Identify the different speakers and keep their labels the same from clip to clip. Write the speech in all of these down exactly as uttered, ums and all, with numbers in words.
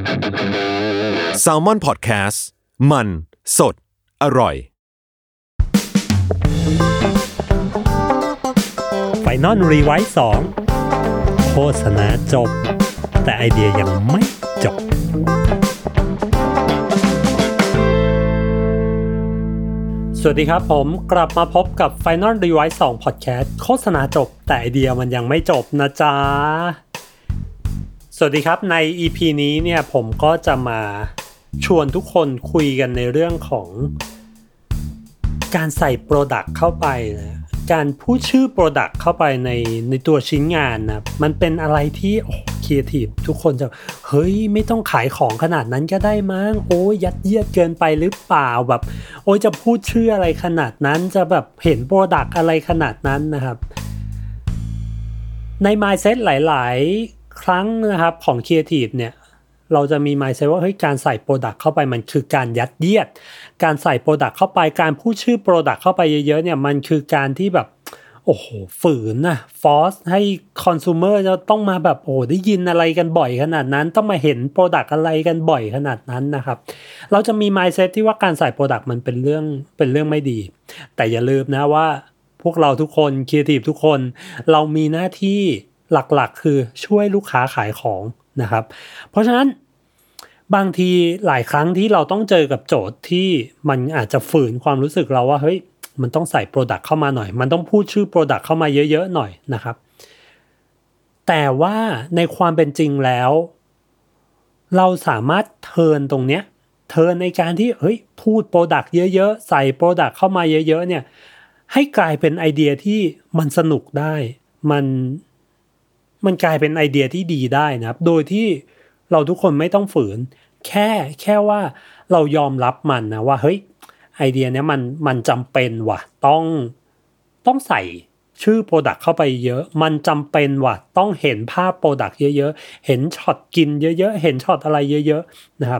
Speaker 1: Salmon Podcast มันสดอร่อย
Speaker 2: Final Rewrite สองโฆษณาจบแต่ไอเดียยังไม่จบสวัสดีครับผมกลับมาพบกับ Final Rewrite สอง Podcast โฆษณาจบแต่ไอเดียมันยังไม่จบนะจ๊ะสวัสดีครับใน อี พี นี้เนี่ยผมก็จะมาชวนทุกคนคุยกันในเรื่องของการใส่ Product เข้าไปนะการพูดชื่อ Product เข้าไปในในตัวชิ้นงานนะมันเป็นอะไรที่โอ้ครีเอทีฟทุกคนจะเฮ้ยไม่ต้องขายของขนาดนั้นก็ได้มั้งโอ้ยยัดเยียดเกินไปหรือเปล่าแบบโอ้ยจะพูดชื่ออะไรขนาดนั้นจะแบบเห็น Product อะไรขนาดนั้นนะครับใน mindset หลายๆครั้งนะครับของครีเอทีฟเนี่ยเราจะมี mindset ว่าเฮ้ยการใส่ Product เข้าไปมันคือการยัดเยียดการใส่ Product เข้าไปการพูดชื่อ Product เข้าไปเยอะๆเนี่ยมันคือการที่แบบโอ้โหฝืนนะฟอร์สให้คอน sumer จะต้องมาแบบโอ้ได้ยินอะไรกันบ่อยขนาดนั้นต้องมาเห็น Product อะไรกันบ่อยขนาดนั้นนะครับเราจะมี mindset ที่ว่าการใส่ Product มันเป็นเรื่องเป็นเรื่องไม่ดีแต่อย่าลืมนะว่าพวกเราทุกคนครีเอทีฟทุกคนเรามีหน้าที่หลักๆคือช่วยลูกค้าขายของนะครับเพราะฉะนั้นบางทีหลายครั้งที่เราต้องเจอกับโจทย์ที่มันอาจจะฝืนความรู้สึกเราว่าเฮ้ยมันต้องใส่ Product เข้ามาหน่อยมันต้องพูดชื่อ Product เข้ามาเยอะๆหน่อยนะครับแต่ว่าในความเป็นจริงแล้วเราสามารถเทิร์นตรงเนี้ยเทิร์นในการที่เฮ้ยพูด Product เยอะๆใส่ Product เข้ามาเยอะๆเนี่ยให้กลายเป็นไอเดียที่มันสนุกได้มันมันกลายเป็นไอเดียที่ดีได้นะครับโดยที่เราทุกคนไม่ต้องฝืนแค่แค่ว่าเรายอมรับมันนะว่าเฮ้ยไอเดียเนี้ยมันมันจำเป็นว่ะต้องต้องใส่ชื่อ Product เข้าไปเยอะมันจำเป็นว่ะต้องเห็นภาพ Product เยอะๆเห็นช็อตกินเยอะๆเห็นช็อตอะไรเยอะๆนะครับ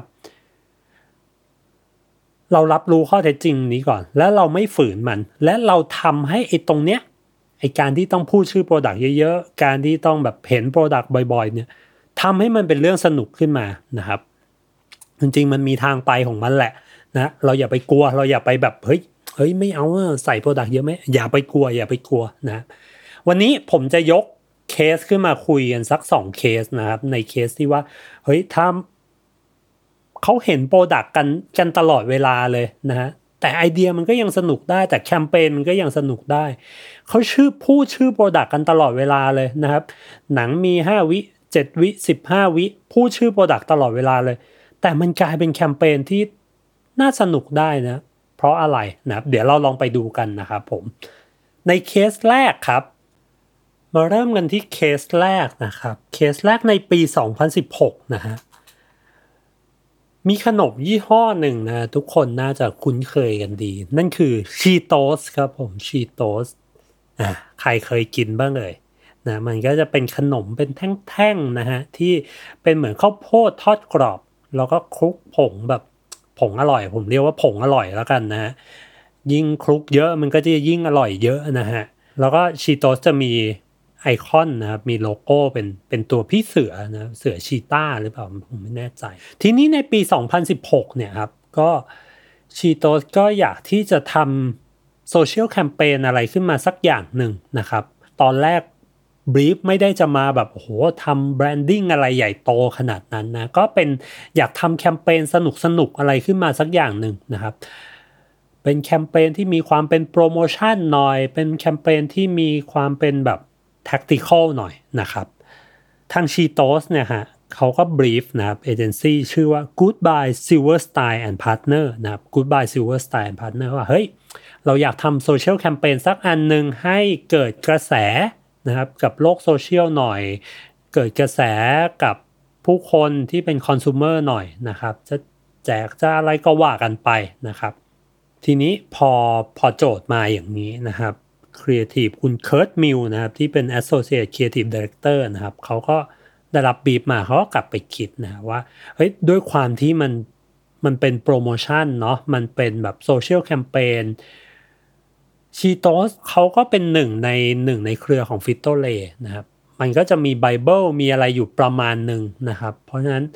Speaker 2: เรารับรู้ข้อเท็จจริงนี้ก่อนแล้วเราไม่ฝืนมันและเราทำให้ไอ้ตรงเนี้ยไอ้การที่ต้องพูดชื่อ Product เยอะๆการที่ต้องแบบเห็น Product บ่อยๆเนี่ยทำให้มันเป็นเรื่องสนุกขึ้นมานะครับจริงๆมันมีทางไปของมันแหละนะเราอย่าไปกลัวเราอย่าไปแบบเฮ้ยเฮ้ยไม่เอาใส่ Product เยอะไหมอย่าไปกลัวอย่าไปกลัวนะวันนี้ผมจะยกเคสขึ้นมาคุยกันสักสองเคสนะครับในเคสที่ว่าเฮ้ยถ้าเขาเห็น Product กันกันตลอดเวลาเลยนะฮะแต่ไอเดียมันก็ยังสนุกได้แต่แคมเปญมันก็ยังสนุกได้เขาชื่อพูดชื่อ Product กันตลอดเวลาเลยนะครับหนังมีห้าวิเจ็ดวิสิบห้าวิพูดชื่อ Product ตลอดเวลาเลยแต่มันกลายเป็นแคมเปญที่น่าสนุกได้นะเพราะอะไรนะเดี๋ยวเราลองไปดูกันนะครับผมในเคสแรกครับมาเริ่มกันที่เคสแรกนะครับเคสแรกในปีสองพันสิบหกนะฮะมีขนมยี่ห้อหนึ่งนะทุกคนน่าจะคุ้นเคยกันดีนั่นคือชีโตสครับผมชีโตสอ่ะใครเคยกินบ้างเลยนะมันก็จะเป็นขนมเป็นแท่งๆนะฮะที่เป็นเหมือนข้าวโพดทอดกรอบแล้วก็คลุกผงแบบผงอร่อยผมเรียกว่าผงอร่อยแล้วกันนะฮะยิ่งคลุกเยอะมันก็จะยิ่งอร่อยเยอะนะฮะแล้วก็ชีโตสจะมีไอคอนนะครับมีโลโก้เป็นเป็นตัวพี่เสือนะเสือชีต้าหรือเปล่าผมไม่แน่ใจทีนี้ในปีสองพันสิบหกเนี่ยครับก็ชีโตสก็อยากที่จะทำโซเชียลแคมเปญอะไรขึ้นมาสักอย่างหนึ่งนะครับตอนแรกบรีฟไม่ได้จะมาแบบโอ้โหทำแบรนดิ้งอะไรใหญ่โตขนาดนั้นนะก็เป็นอยากทำแคมเปญสนุกสนุกอะไรขึ้นมาสักอย่างหนึ่งนะครับเป็นแคมเปญที่มีความเป็นโปรโมชั่นหน่อยเป็นแคมเปญที่มีความเป็นแบบtactical หน่อยนะครับทาง Cheetos เนี่ยฮะเขาก็ brief นะครับเอเจนซี่ชื่อว่า Goodbye Silverstein and Partner นะครับ Goodbye Silverstein and Partner ว่าเฮ้ยเราอยากทำโซเชียลแคมเปญสักอันนึงให้เกิดกระแสนะครับกับโลกโซเชียลหน่อยเกิดกระแสกับผู้คนที่เป็นคอน sumer หน่อยนะครับจะแจกจะอะไรก็ว่ากันไปนะครับทีนี้พอพอโจทย์มาอย่างนี้นะครับCreative คุณเคิร์ทมิลนะครับที่เป็น Associate Creative Director นะครับเขาก็ได้รับบีฟมาเขาก็กลับไปคิดนะว่าเฮ้ยด้วยความที่มันมันเป็นโปรโมชั่นเนาะมันเป็นแบบโซเชียลแคมเปญชีโตสเขาก็เป็นหนึ่งในหนึ่งในเครือของ Frito-Lay นะครับมันก็จะมีไบเบิลมีอะไรอยู่ประมาณหนึ่งนะครับเพราะฉะนั้น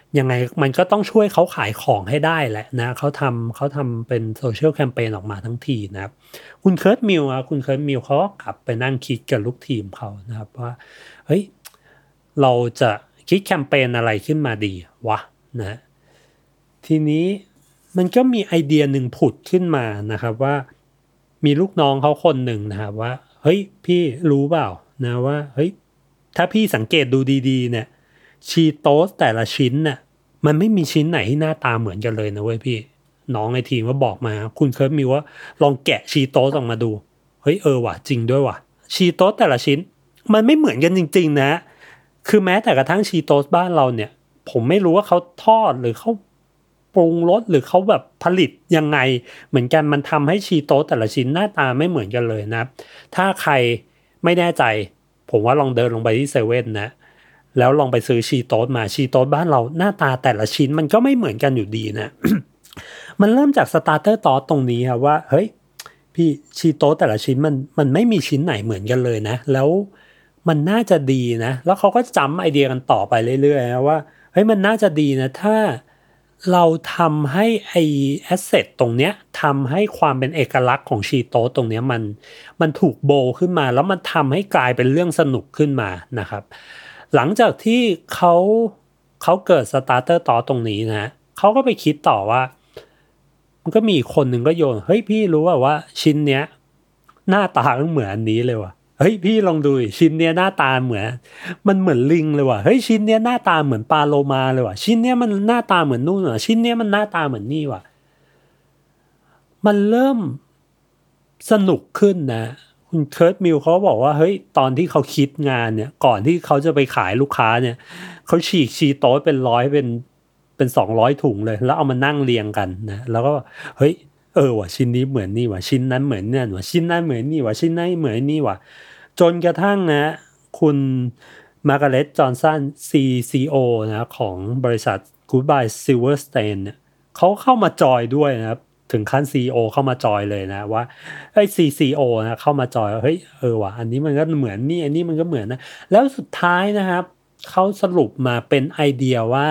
Speaker 2: ยังไงมันก็ต้องช่วยเขาขายของให้ได้แหละนะเขาทำเขาทำเป็นโซเชียลแคมเปญออกมาทั้งทีนะครับคุณเคิร์ตมิลครับคุณเคิร์ตมิลเขาก็กลับไปนั่งคิดกับลูกทีมเขานะครับว่าเฮ้ยเราจะคิดแคมเปญอะไรขึ้นมาดีวะนะทีนี้มันก็มีไอเดียหนึ่งผุดขึ้นมานะครับว่ามีลูกน้องเขาคนหนึ่งนะครับว่าเฮ้ยพี่รู้เปล่านะว่าเฮ้ยถ้าพี่สังเกตดูดีๆเนี่ยชีโตสแต่ละชิ้นน่ะมันไม่มีชิ้นไหนที่หน้าตาเหมือนกันเลยนะเว้ยพี่น้องในทีมก็บอกมาคุณเคิร์ฟมิวว่าลองแกะชีโตสออกมาดูเฮ้ยเออว่ะจริงด้วยว่ะชีโตสแต่ละชิ้นมันไม่เหมือนกันจริงๆนะคือแม้แต่กระทั่งชีโตสบ้านเราเนี่ยผมไม่รู้ว่าเขาทอดหรือเขาปรุงรสหรือเขาแบบผลิตยังไงเหมือนกันมันทำให้ชีโตสแต่ละชิ้นหน้าตาไม่เหมือนกันเลยนะถ้าใครไม่แน่ใจผมว่าลองเดินลงไปที่เซเว่นนะแล้วลองไปซื้อชีโตสมาชีโตสบ้านเราหน้าตาแต่ละชิ้นมันก็ไม่เหมือนกันอยู่ดีนะ มันเริ่มจากสตาร์เตอร์ตอสตรงนี้ครับว่าเฮ้ยพี่ชีโตสแต่ละชิ้นมันมันไม่มีชิ้นไหนเหมือนกันเลยนะแล้วมันน่าจะดีนะแล้วเขาก็จำไอเดียกันต่อไปเรื่อยๆนะว่าเฮ้ยมันน่าจะดีนะถ้าเราทำให้ไอแอสเซทตรงเนี้ยทำให้ความเป็นเอกลักษณ์ของชีโตสตรงเนี้ยมันมันถูกโบขึ้นมาแล้วมันทำให้กลายเป็นเรื่องสนุกขึ้นมานะครับหลังจากที่เขาเขาเกิดสตาร์เตอร์ตอสตรงนี้นะเขาก็ไปคิดต่อว่ามันก็มีคนหนึ่งก็โยนเฮ้ยพี่รู้ว่าว่าชิ้นเนี้ยหน้าตาเหมือนอันนี้เลยว่ะเฮ้ยพี่ลองดูชิ้นเนี้ยหน้าตาเหมือนมันเหมือนลิงเลยว่ะเฮ้ยชิ้นเนี้ยหน้าตาเหมือนปลาโลมาเลยว่ะชิ้นเนี้ยมันหน้าตาเหมือนนู่นว่ะชิ้นเนี้ยมันหน้าตาเหมือนนี่ว่ะมันเริ่มสนุกขึ้นนะคุณเคิร์ตมิลเขาบอกว่าเฮ้ยตอนที่เขาคิดงานเนี่ยก่อนที่เขาจะไปขายลูกค้าเนี่ยเขาฉีกชีโต๊ะเป็นร้อยเป็นเป็นสองร้อยถุงเลยแล้วเอามานั่งเรียงกันนะแล้วก็เฮ้ยเออว่ะชิ้นนี้เหมือนนี่ว่ะชิ้นนั้นเหมือนเนี่ยว่ะชิ้นนั้นเหมือนนี่ว่ะชิ้นนั้นเหมือนนี่ว่ะจนกระทั่งนะคุณมาร์กาเร็ตจอห์นสัน ซี ซี โอ นะของบริษัท Goodbye Silverstein เนี่ยเขาเข้ามาจอยด้วยนะครับถึงขั้น ซี อี โอ เข้ามาจอยเลยนะว่าไอ้ ซี ซี โอ นะเข้ามาจอยเฮ้ยเออว่ะอันนี้มันก็เหมือนนี่อันนี้มันก็เหมือนนะแล้วสุดท้ายนะครับเขาสรุปมาเป็นไอเดียว่า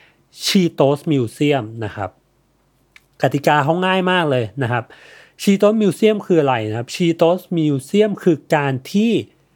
Speaker 2: Cheetos Museum นะครับกติกาเขาง่ายมากเลยนะครับ Cheetos Museum คืออะไรนะครับ Cheetos Museum คือการที่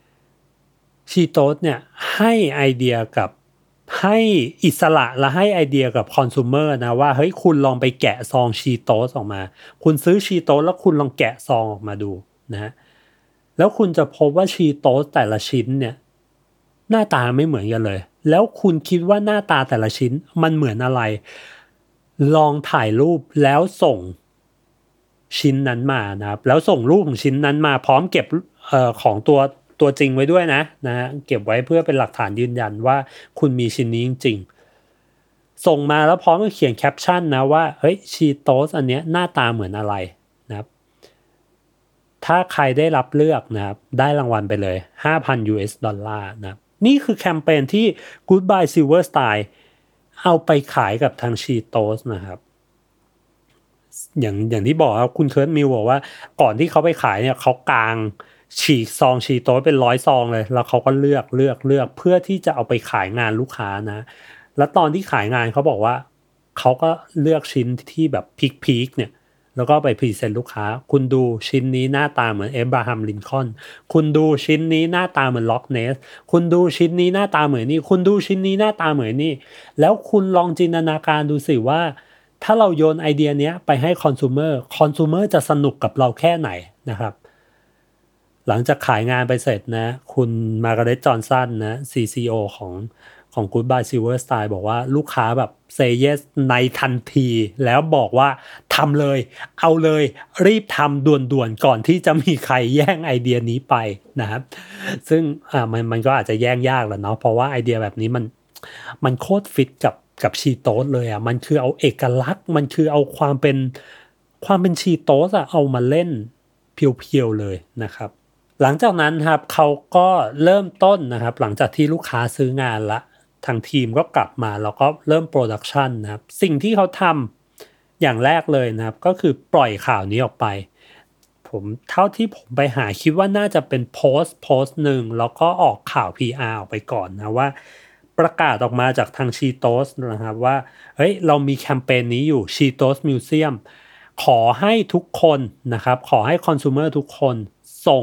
Speaker 2: Cheetos เนี่ยให้ไอเดียกับให้อิสระและให้ไอเดียกับคอน sumer นะว่าเฮ้ยคุณลองไปแกะซองชีโตสออกมาคุณซื้อชีโตสแล้วคุณลองแกะซองออกมาดูนะแล้วคุณจะพบว่าชีโตสแต่ละชิ้นเนี่ยหน้าตาไม่เหมือนกันเลยแล้วคุณคิดว่าหน้าตาแต่ละชิ้นมันเหมือนอะไรลองถ่ายรูปแล้วส่งชิ้นนั้นมานะครับแล้วส่งรูปของชิ้นนั้นมาพร้อมเก็บเอ่อของตัวตัวจริงไว้ด้วยนะนะฮะเก็บไว้เพื่อเป็นหลักฐานยืนยันว่าคุณมีชิ้นนี้จริงๆส่งมาแล้วพร้อมกับเขียนแคปชั่นนะว่าเฮ้ยชีโตสอันเนี้ยหน้าตาเหมือนอะไรนะครับถ้าใครได้รับเลือกนะครับได้รางวัลไปเลย ห้าพัน ยู เอส ดอลลาร์นะครับนี่คือแคมเปญที่ Goodbye Silverstein เอาไปขายกับทางชีโตสนะครับอย่างอย่างที่บอกครับคุณเคิร์ตมิลบอกว่าก่อนที่เขาไปขายเนี่ยเขากางฉีกซองชีโต้เป็นร้อยซองเลยแล้วเขาก็เลือกเลือกเลือกเพื่อที่จะเอาไปขายงานลูกค้านะแล้วตอนที่ขายงานเขาบอกว่าเขาก็เลือกชิ้นที่แบบพีคๆเนี่ยแล้วก็ไปพรีเซนต์ลูกค้าคุณดูชิ้นนี้หน้าตาเหมือนเอบราฮัมลินคอล์นคุณดูชิ้นนี้หน้าตาเหมือนล็อกเนสคุณดูชิ้นนี้หน้าตาเหมือนนี่คุณดูชิ้นนี้หน้าตาเหมือนนี่แล้วคุณลองจินตนาการดูสิว่าถ้าเราโยนไอเดียเนี้ยไปให้คอน sumer คอน sumer จะสนุกกับเราแค่ไหนนะครับหลังจากขายงานไปเสร็จนะคุณมาร์กาเร็ตจอห์นสันนะ ซี ซี โอ ของของ Goodbye Silverstein บอกว่าลูกค้าแบบ say yes ในทันทีแล้วบอกว่าทำเลยเอาเลยรีบทำด่วนๆก่อนที่จะมีใครแย่งไอเดียนี้ไปนะครับซึ่งอ่ามันมันก็อาจจะแย่งยากแหละเนาะเพราะว่าไอเดียแบบนี้มันมันโคตรฟิตกับกับชีโตสเลยอ่ะมันคือเอาเอกลักษณ์มันคือเอาความเป็นความเป็นชีโตสอ่ะเอามาเล่นเพียวๆเลยนะครับหลังจากนั้นครับเขาก็เริ่มต้นนะครับหลังจากที่ลูกค้าซื้องานละทางทีมก็กลับมาแล้วก็เริ่มโปรดักชันนะครับสิ่งที่เขาทำอย่างแรกเลยนะครับก็คือปล่อยข่าวนี้ออกไปผมเท่าที่ผมไปหาคิดว่าน่าจะเป็นโพสต์โพสต์หนึ่งแล้วก็ออกข่าว พี อาร์ ออกไปก่อนนะว่าประกาศออกมาจากทาง Cheetos นะครับว่าเฮ้ยเรามีแคมเปญนี้อยู่ Cheetos Museum ขอให้ทุกคนนะครับขอให้คอน sumer ทุกคนส่ง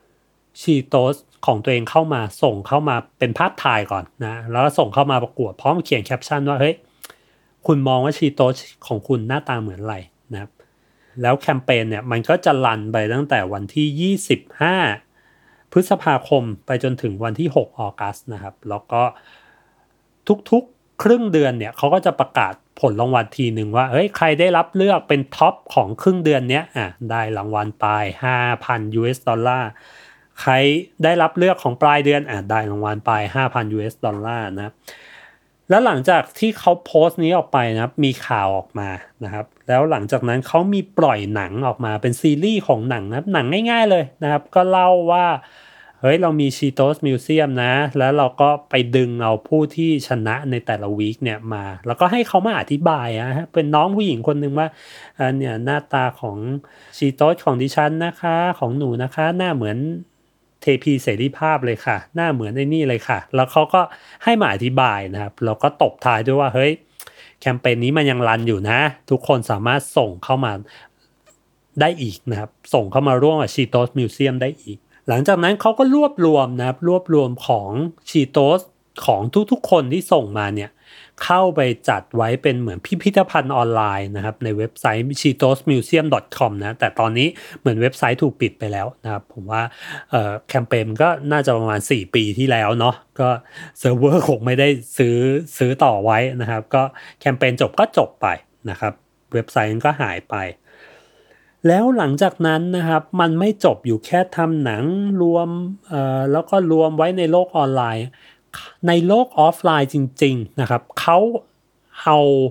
Speaker 2: Cheetos ของตัวเองเข้ามาส่งเข้ามาเป็นภาพถ่ายก่อนนะแล้วก็ส่งเข้ามาประกวดพร้อมเขียนแคปชั่นว่าเฮ้ยคุณมองว่า Cheetos ของคุณหน้าตาเหมือนอะไรนะครับแล้วแคมเปญเนี่ยมันก็จะรันไปตั้งแต่วันที่ยี่สิบห้าพฤษภาคมไปจนถึงวันที่หกออกัสนะครับแล้วก็ทุกๆครึ่งเดือนเนี่ยเขาก็จะประกาศผลรางวัลทีนึงว่าเฮ้ยใครได้รับเลือกเป็นท็อปของครึ่งเดือนเนี้ยอ่ะได้รางวัลไป ห้าพัน ยู เอส ดอลลาร์ใครได้รับเลือกของปลายเดือนอ่ะได้รางวัลไป ห้าพัน ยู เอส ดอลลาร์นะแล้วหลังจากที่เขาโพสต์นี้ออกไปนะครับมีข่าวออกมานะครับแล้วหลังจากนั้นเขามีปล่อยหนังออกมาเป็นซีรีส์ของหนังนะครับหนังง่ายๆเลยนะครับก็เล่าว่าเฮ้ยเรามี Cheetos Museum นะแล้วเราก็ไปดึงเอาผู้ที่ชนะในแต่ละวีคเนี่ยมาแล้วก็ให้เขามาอธิบายนะฮะเป็นน้องผู้หญิงคนนึงว่าอ่าเนี่ยหน้าตาของ Cheetos ของดิฉันนะคะของหนูนะคะหน้าเหมือนเทพีเสรีภาพเลยค่ะหน้าเหมือนไอ้นี่เลยค่ะแล้วเขาก็ให้มาอธิบายนะครับแล้วก็ตบท้ายด้วยว่าเฮ้ยแคมเปญนี้มันยังรันอยู่นะทุกคนสามารถส่งเข้ามาได้อีกนะครับส่งเข้ามาร่วมกับ Cheetos Museum ได้อีกหลังจากนั้นเขาก็รวบรวมนะครับรวบรวมของ Cheetos ของทุกๆคนที่ส่งมาเนี่ยเข้าไปจัดไว้เป็นเหมือนพิพิธภัณฑ์ออนไลน์นะครับในเว็บไซต์ ชีโตสมิวเซียม ดอท คอม นะแต่ตอนนี้เหมือนเว็บไซต์ถูกปิดไปแล้วนะครับผมว่าเอ่อแคมเปญก็น่าจะประมาณสี่ปีที่แล้วเนาะก็เซิร์ฟเวอร์คงไม่ได้ซื้อซื้อต่อไว้นะครับก็แคมเปญจบก็จบไปนะครับเว็บไซต์ก็หายไปแล้วหลังจากนั้นนะครับมันไม่จบอยู่แค่ทำหนังรวมเอ่อแล้วก็รวมไว้ในโลกออนไลน์ในโลกออฟไลน์จริงๆนะครับเขาเอา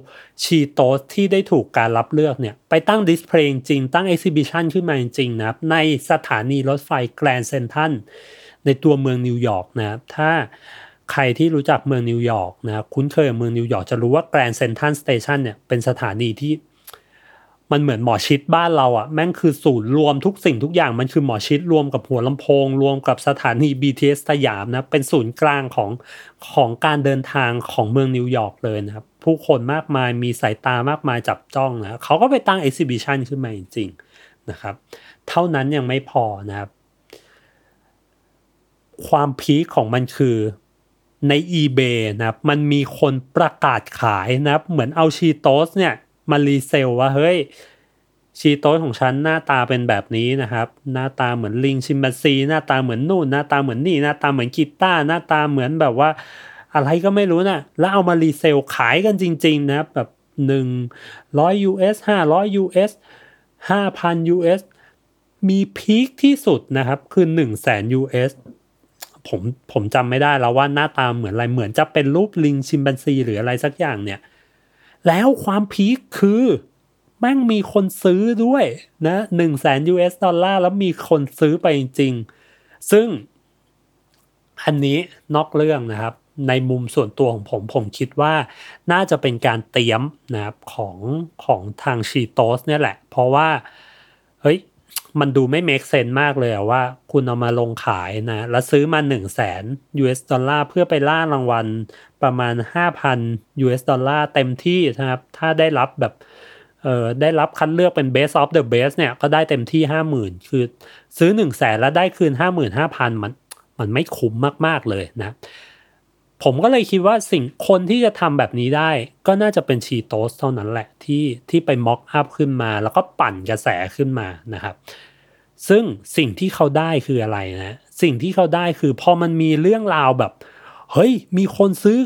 Speaker 2: Cheetos ที่ได้ถูกการรับเลือกเนี่ยไปตั้งดิสเพลย์จริงตั้ง exhibition ขึ้นมาจริงๆนะครับในสถานีรถไฟแกรนด์เซ็นทรัลในตัวเมืองนิวยอร์กนะครับถ้าใครที่รู้จักเมืองนิวยอร์กนะครับคุ้นเคยกับเมืองนิวยอร์กจะรู้ว่าแกรนด์เซ็นทรัลสเตชันเนี่ยเป็นสถานีที่มันเหมือนหมอชิดบ้านเราอ่ะแม่งคือศูนย์รวมทุกสิ่งทุกอย่างมันคือหมอชิดรวมกับหัวลำโพงรวมกับสถานี บี ที เอส สยามนะเป็นศูนย์กลางของของการเดินทางของเมืองนิวยอร์กเลยนะครับผู้คนมากมายมีสายตามากมายจับจ้องนะเขาก็ไปตั้ง exhibition ขึ้นมาจริงๆนะครับเท่านั้นยังไม่พอนะครับความพีคของมันคือใน eBay นะครับมันมีคนประกาศขายนะครับเหมือนเอา Cheetos เนี่ยมารีเซลว่าเฮ้ยชีโต้ของฉันหน้าตาเป็นแบบนี้นะครับหน้าตาเหมือนลิงชิมแปนซีหน้าตาเหมือนนู่นหน้าตาเหมือนนี่หน้าตาเหมือนกีตาร์หน้าตาเหมือนแบบว่าอะไรก็ไม่รู้นะแล้วเอามารีเซลขายกันจริงๆนะครับแบบหนึ่งร้อย ยู เอส ห้าร้อย ยู เอส ห้าพัน ยู เอส มีพีคที่สุดนะครับคือ หนึ่งแสน ยู เอส ผมผมจำไม่ได้แล้วว่าหน้าตาเหมือนอะไรเหมือนจะเป็นรูปลิงชิมแปนซีหรืออะไรสักอย่างเนี่ยแล้วความพีคคือแม่งมีคนซื้อด้วยนะ หนึ่งแสน ยู เอส ดอลลาร์แล้วมีคนซื้อไปจริงๆซึ่งอันนี้นอกเรื่องนะครับในมุมส่วนตัวของผมผมคิดว่าน่าจะเป็นการเตรียมนะครับของของทาง Cheetos เนี่ยแหละเพราะว่าเฮ้ยมันดูไม่ make sense มากเลยว่าคุณเอามาลงขายนะแล้วซื้อมา หนึ่งแสน ยู เอส ดอลลาร์เพื่อไปล่ารางวัลประมาณ ห้าพัน ยู เอส ดอลลาร์เต็มที่นะครับถ้าได้รับแบบเอ่อได้รับคัดเลือกเป็น Best of the Best เนี่ยก็ได้เต็มที่ ห้าหมื่น คือซื้อ หนึ่งแสน แล้วได้คืน ห้าหมื่นห้าพัน มันมันไม่คุ้มมากๆเลยนะผมก็เลยคิดว่าสิ่งคนที่จะทำแบบนี้ได้ก็น่าจะเป็น Cheetos เท่านั้นแหละที่ที่ไปม็อกอัพขึ้นมาแล้วก็ปั่นกระแสขึ้นมานะครับซึ่งสิ่งที่เขาได้คืออะไรนะสิ่งที่เขาได้คือพอมันมีเรื่องราวแบบเฮ้ยมีคนซื้อ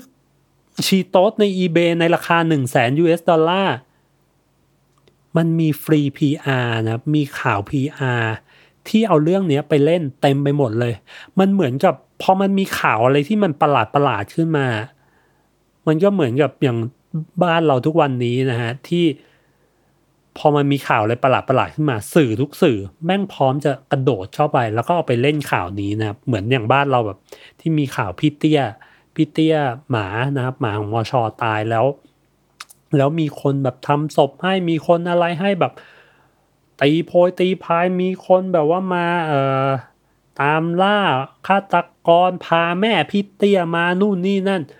Speaker 2: Cheetos ใน eBay ในราคา หนึ่งแสน ยู เอส ดอลลาร์มันมีฟรี พี อาร์ นะครับมีข่าว พี อาร์ ที่เอาเรื่องนี้ไปเล่นเต็มไปหมดเลยมันเหมือนกับพอมันมีข่าวอะไรที่มันประหลาดประหลาดขึ้นมามันก็เหมือนกับอย่างบ้านเราทุกวันนี้นะฮะที่พอมันมีข่าวอะไรประหลาดประหลาดขึ้นมาสื่อทุกสื่อแม่งพร้อมจะกระโดดเข้าไปแล้วก็เอาไปเล่นข่าวนี้นะครับเหมือนอย่างบ้านเราแบบที่มีข่าวพี่เตี้ยพี่เตี้ยหมานะครับหมาของมช.ตายแล้วแล้วมีคนแบบทำศพให้มีคนอะไรให้แบบตีโพยตีพายมีคนแบบว่ามาเอ่อตามล่าฆาตกรพาแม่พี่เตี้ยมานู่นนี่นั่น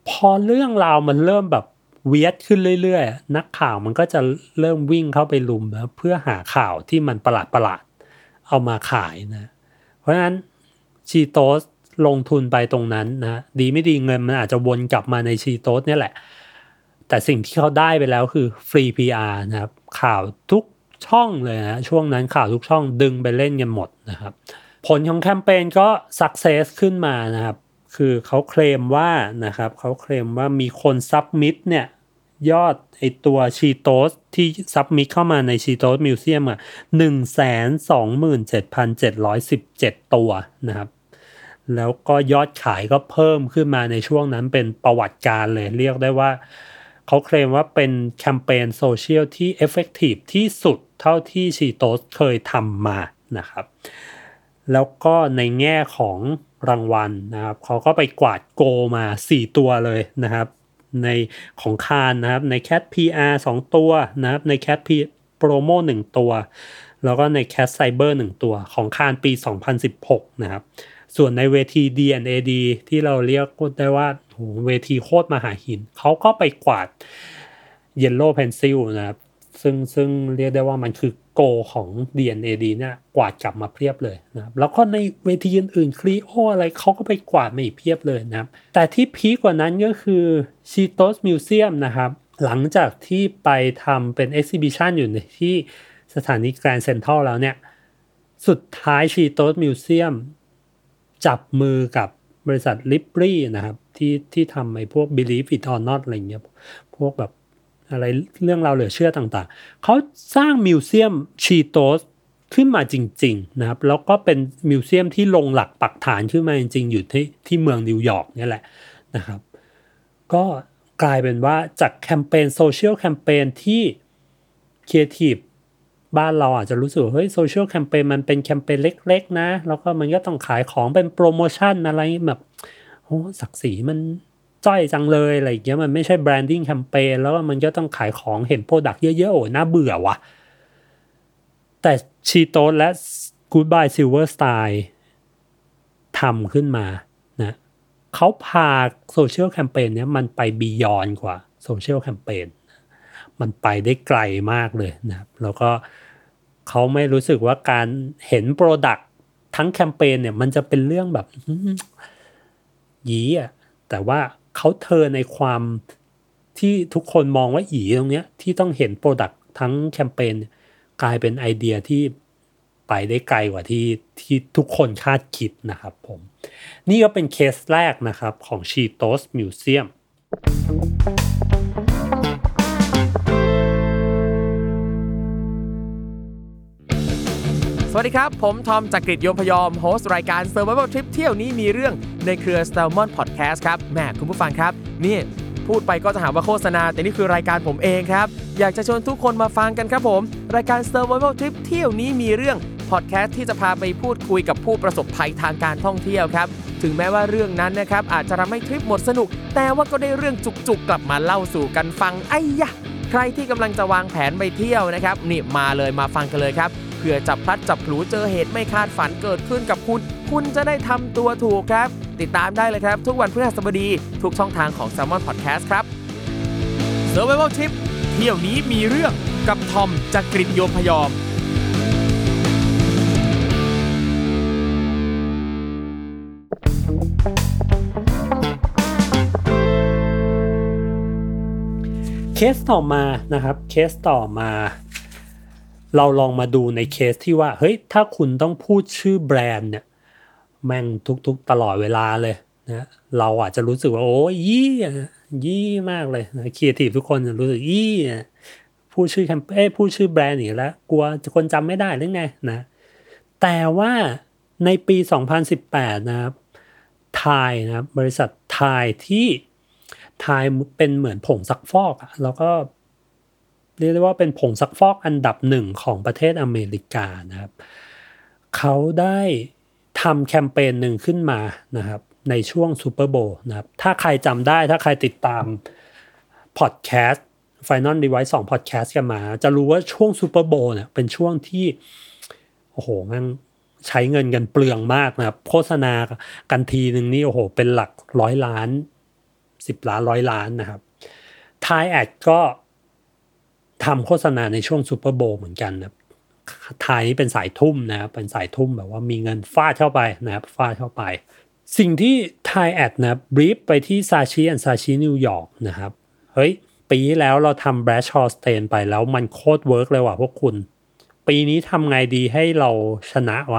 Speaker 2: พอเรื่องราวมันเริ่มแบบเวียดขึ้นเรื่อยๆนักข่าวมันก็จะเริ่มวิ่งเข้าไปลุมนะเพื่อหาข่าวที่มันประหลาดๆเอามาขายนะเพราะฉะนั้นชีโตสลงทุนไปตรงนั้นนะดีไม่ดีเงินมันอาจจะวนกลับมาในชีโตสเนี่ยแหละแต่สิ่งที่เขาได้ไปแล้วคือฟรี พี อาร์ นะครับข่าวทุกช่องเลยนะช่วงนั้นข่าวทุกช่องดึงไปเล่นกันหมดนะครับผลของแคมเปญก็สักเซสขึ้นมานะครับคือเขาเคลมว่านะครับเขาเคลมว่ามีคนซับมิตเนี่ยยอดไอตัวชีโตสที่ซับมิตเข้ามาในชีโตสมิวเซียมอ่ะ หนึ่งแสนสองหมื่นเจ็ดพันเจ็ดร้อยสิบเจ็ด ตัวนะครับแล้วก็ยอดขายก็เพิ่มขึ้นมาในช่วงนั้นเป็นประวัติการเลยเรียกได้ว่าเขาเคลมว่าเป็นแคมเปญโซเชียลที่เอฟเฟกตีฟที่สุดเท่าที่ชีโตสเคยทำมานะครับแล้วก็ในแง่ของรางวัลนะครับเขาก็ไปกวาดโกมาสี่ตัวเลยนะครับในของคานนะครับใน Cat พี อาร์ สองตัวนะครับใน Cat P Promo หนึ่งตัวแล้วก็ใน Cat Cyber หนึ่งตัวของคานปีสองพันสิบหกนะครับส่วนในเวที ดี แอนด์ เอ ดี ที่เราเรียกได้ว่าโหเวทีโคตรมหาหินเขาก็ไปกวาด Yellow Pencil นะครับซึ่งซึ่งเรียกได้ว่ามันคือโกของ ดี แอนด์ เอ ดี เนี่ยกวาดกลับมาเพียบเลยนะครับแล้วก็ในเวทีอื่นๆ Clio อะไรเขาก็ไปกวาดมาอีกเพียบเลยนะครับแต่ที่พีคกว่านั้นก็คือ Cheetos Museum นะครับหลังจากที่ไปทำเป็น Exhibition อยู่ในที่สถานี Grand Central แล้วเนี่ยสุดท้าย Cheetos Museum จับมือกับบริษัท Libri นะครับที่ที่ทำไอ้พวก Believe It or Not อะไรเงี้ยพวกแบบอะไรเรื่องราวเหลือเชื่อต่างๆเขาสร้างมิวเซียมชีโตสขึ้นมาจริงๆนะครับแล้วก็เป็นมิวเซียมที่ลงหลักปักฐานขึ้นมาจริงๆอยู่ที่ที่เมืองนิวยอร์กนี่แหละนะครับก็กลายเป็นว่าจากแคมเปญโซเชียลแคมเปญที่ครีเอทีฟบ้านเราอาจจะรู้สึกเฮ้ยโซเชียลแคมเปญมันเป็นแคมเปญเล็กๆนะแล้วก็มันก็ต้องขายของเป็นโปรโมชั่นอะไรแบบโอ้ศักดิ์ศรีมันจ้อยจังเลยอะไรอย่างเงี้ยมันไม่ใช่แบรนดิ้งแคมเปญแล้วมันก็ต้องขายของเห็นโปรดักต์เยอะๆโอ้น่าเบื่อว่ะแต่ชีโตสและ Goodbye Silver Style ทำขึ้นมานะเขาพาโซเชียลแคมเปญเนี้ยมันไปบียอนกว่าโซเชียลแคมเปญมันไปได้ไกลมากเลยนะครับแล้วก็เขาไม่รู้สึกว่าการเห็นโปรดักต์ทั้งแคมเปญเนี่ยมันจะเป็นเรื่องแบบยี้อ่ะแต่ว่าเขาเธอในความที่ทุกคนมองว่าอีตรงเนี้ยที่ต้องเห็นโปรดักต์ทั้งแคมเปญกลายเป็นไอเดียที่ไปได้ไกลกว่าที่ที่ทุกคนคาดคิดนะครับผมนี่ก็เป็นเคสแรกนะครับของ Cheetos Museum
Speaker 3: สวัสดีครับผมทอมจากกฤษโยมพยอมโฮสต์รายการ Survival Trip เที่ยวนี้มีเรื่องในเครือ Salmon Podcast ครับแม่คุณผู้ฟังครับนี่พูดไปก็จะหาว่าโฆษณาแต่นี่คือรายการผมเองครับอยากจะชวนทุกคนมาฟังกันครับผมรายการ Survival Trip เที่ยวนี้มีเรื่องพอดแคสต์ที่จะพาไปพูดคุยกับผู้ประสบภัยทางการท่องเที่ยวครับถึงแม้ว่าเรื่องนั้นนะครับอาจจะทำให้ทริปหมดสนุกแต่ว่าก็ได้เรื่องจุกๆกลับมาเล่าสู่กันฟังไอ้ยะใครที่กำลังจะวางแผนไปเที่ยวนะครับนี่มาเลยมาฟังกันเลยครับเพื่อจับพลัดจับผลูเจอเหตุไม่คาดฝันเกิดขึ้นกับคุณคุณจะได้ทำตัวถูกครับติดตามได้เลยครับทุกวันพฤหัสบดีทุกช่องทางของ Salmon Podcast ครับ Survival Trip เที่ยวนี้มีเรื่องกับทอมจากกฤษโยมพยอม
Speaker 2: เคสต่อมานะครับเคสต่อมาเราลองมาดูในเคสที่ว่าเฮ้ยถ้าคุณต้องพูดชื่อแบรนด์เนี่ยแม่งทุกๆตลอดเวลาเลยนะเราอาจจะรู้สึกว่าโอ้ยยี่ยี่มากเลยนะครีเอทีฟทุกคนจะรู้สึกยี่พูดชื่อแคมเปญพูดชื่อแบรนด์อีกแล้วกลัวคนจำไม่ได้หรือไงนะแต่ว่าในปีสองพันสิบแปดนะครับไทยนะครับบริษัทไทยที่ไทยเป็นเหมือนผงซักฟอกอ่ะแล้วก็เรียกได้ว่าเป็นผงซักฟอกอันดับหนึ่งของประเทศอเมริกานะครับเขาได้ทำแคมเปญหนึ่งขึ้นมานะครับในช่วงซูเปอร์โบว์นะครับถ้าใครจำได้ถ้าใครติดตามพอดแคสต์ Final Device สอง Podcast กันมาจะรู้ว่าช่วงซูเปอร์โบว์เนี่ยเป็นช่วงที่โอ้โหมันใช้เงินกันเปลืองมากนะครับโฆษณากันทีนึงนี่โอ้โหเป็นหลักร้อยล้านสิบล้านร้อยล้านนะครับ Thai Ad ก็ทำโฆษณาในช่วงซูเปอร์โบว์เหมือนกันนะไทยนี่เป็นสายทุ่มนะครับเป็นสายทุ่มแบบว่ามีเงินฟาดเข้าไปนะครับฟาดเข้าไปสิ่งที่ Thai Ad นะบรีฟไปที่ Saatchi and Saatchi New York นะครับเฮ้ยปีที่แล้วเราทำ Bradshaw Stain ไปแล้วมันโคตรเวิร์กเลยว่ะพวกคุณปีนี้ทำไงดีให้เราชนะวะ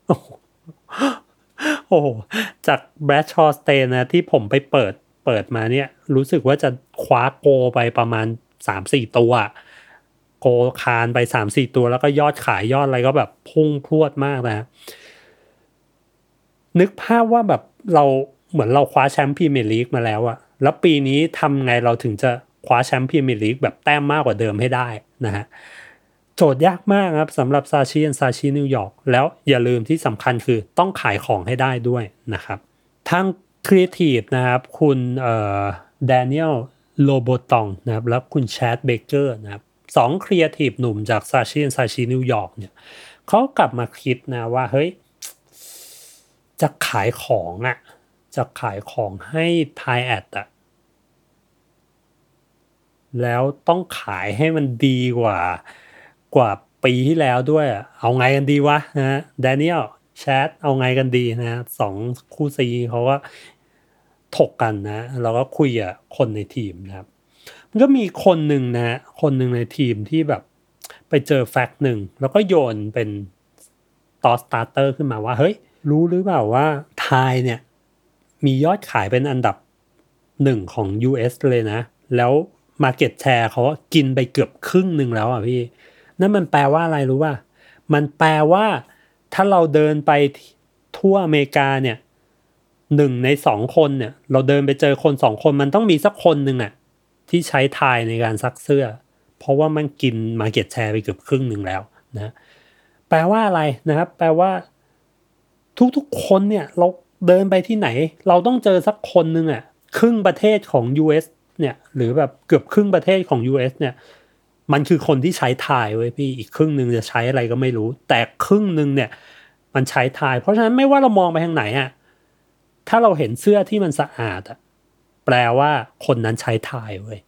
Speaker 2: โอ้โหจาก Bradshaw Stain นะที่ผมไปเปิดเปิดมาเนี่ยรู้สึกว่าจะคว้าโกไปประมาณ สามสี่ ตัวโกคานไป สามสี่ ตัวแล้วก็ยอดขายยอดอะไรก็แบบพุ่งพรวดมากนะนึกภาพว่าแบบเราเหมือนเราคว้าแชมป์พรีเมียร์ลีกมาแล้วอะแล้วปีนี้ทำไงเราถึงจะคว้าแชมป์พรีเมียร์ลีกแบบแต้มมากกว่าเดิมให้ได้นะฮะโจทย์ยากมากครับสำหรับ Saatchi and Saatchi New York แล้วอย่าลืมที่สำคัญคือต้องขายของให้ได้ด้วยนะครับทางครีเอทีฟนะครับคุณเอ่อ Daniel Louboutin นะครับแล้วคุณ Chad Baker นะครับสองครีเอทีฟหนุ่มจาก Saatchi and Saatchi New York เนี่ยเขากลับมาคิดนะว่าเฮ้ยจะขายของอ่ะจะขายของให้ Thai Ad อ่ะแล้วต้องขายให้มันดีกว่ากว่าปีที่แล้วด้วยเอาไงกันดีวะนะ Daniel Chad เอาไงกันดีนะสองคู่ซีเขาก็ถกกันนะแล้วก็คุยกับคนในทีมนะครับมันก็มีคนหนึ่งนะคนหนึ่งในทีมที่แบบไปเจอแฟกต์หนึ่งแล้วก็โยนเป็นตอสตาร์เตอร์ขึ้นมาว่าเฮ้ยรู้หรือเปล่าว่าไทยเนี่ยมียอดขายเป็นอันดับหนึ่งของ ยู เอส เลยนะแล้ว market share เขากินไปเกือบครึ่งหนึ่งแล้วอ่ะพี่นั่นมันแปลว่าอะไรรู้ป่ะมันแปลว่าถ้าเราเดินไปทั่วอเมริกาเนี่ยหนึ่งในสองคนเนี่ยเราเดินไปเจอคนสองคนมันต้องมีสักคนหนึ่งอ่ะที่ใช้ไทยในการซักเสื้อเพราะว่ามันกิน market share ไปเกือบครึ่งหนึ่งแล้วนะแปลว่าอะไรนะครับแปลว่าทุกๆคนเนี่ยเราเดินไปที่ไหนเราต้องเจอสักคนหนึ่งอ่ะครึ่งประเทศของ ยู เอส เนี่ยหรือแบบเกือบครึ่งประเทศของ ยู เอส เนี่ยมันคือคนที่ใช้ไทยเว้ยพี่อีกครึ่งนึงจะใช้อะไรก็ไม่รู้แต่ครึ่งนึงเนี่ยมันใช้ไทยเพราะฉะนั้นไม่ว่าเรามองไปทางไหนอ่ะถ้าเราเห็นเสื้อที่มันสะอาดอ่ะแปลว่าคนนั้นใช้ไทยเว้ย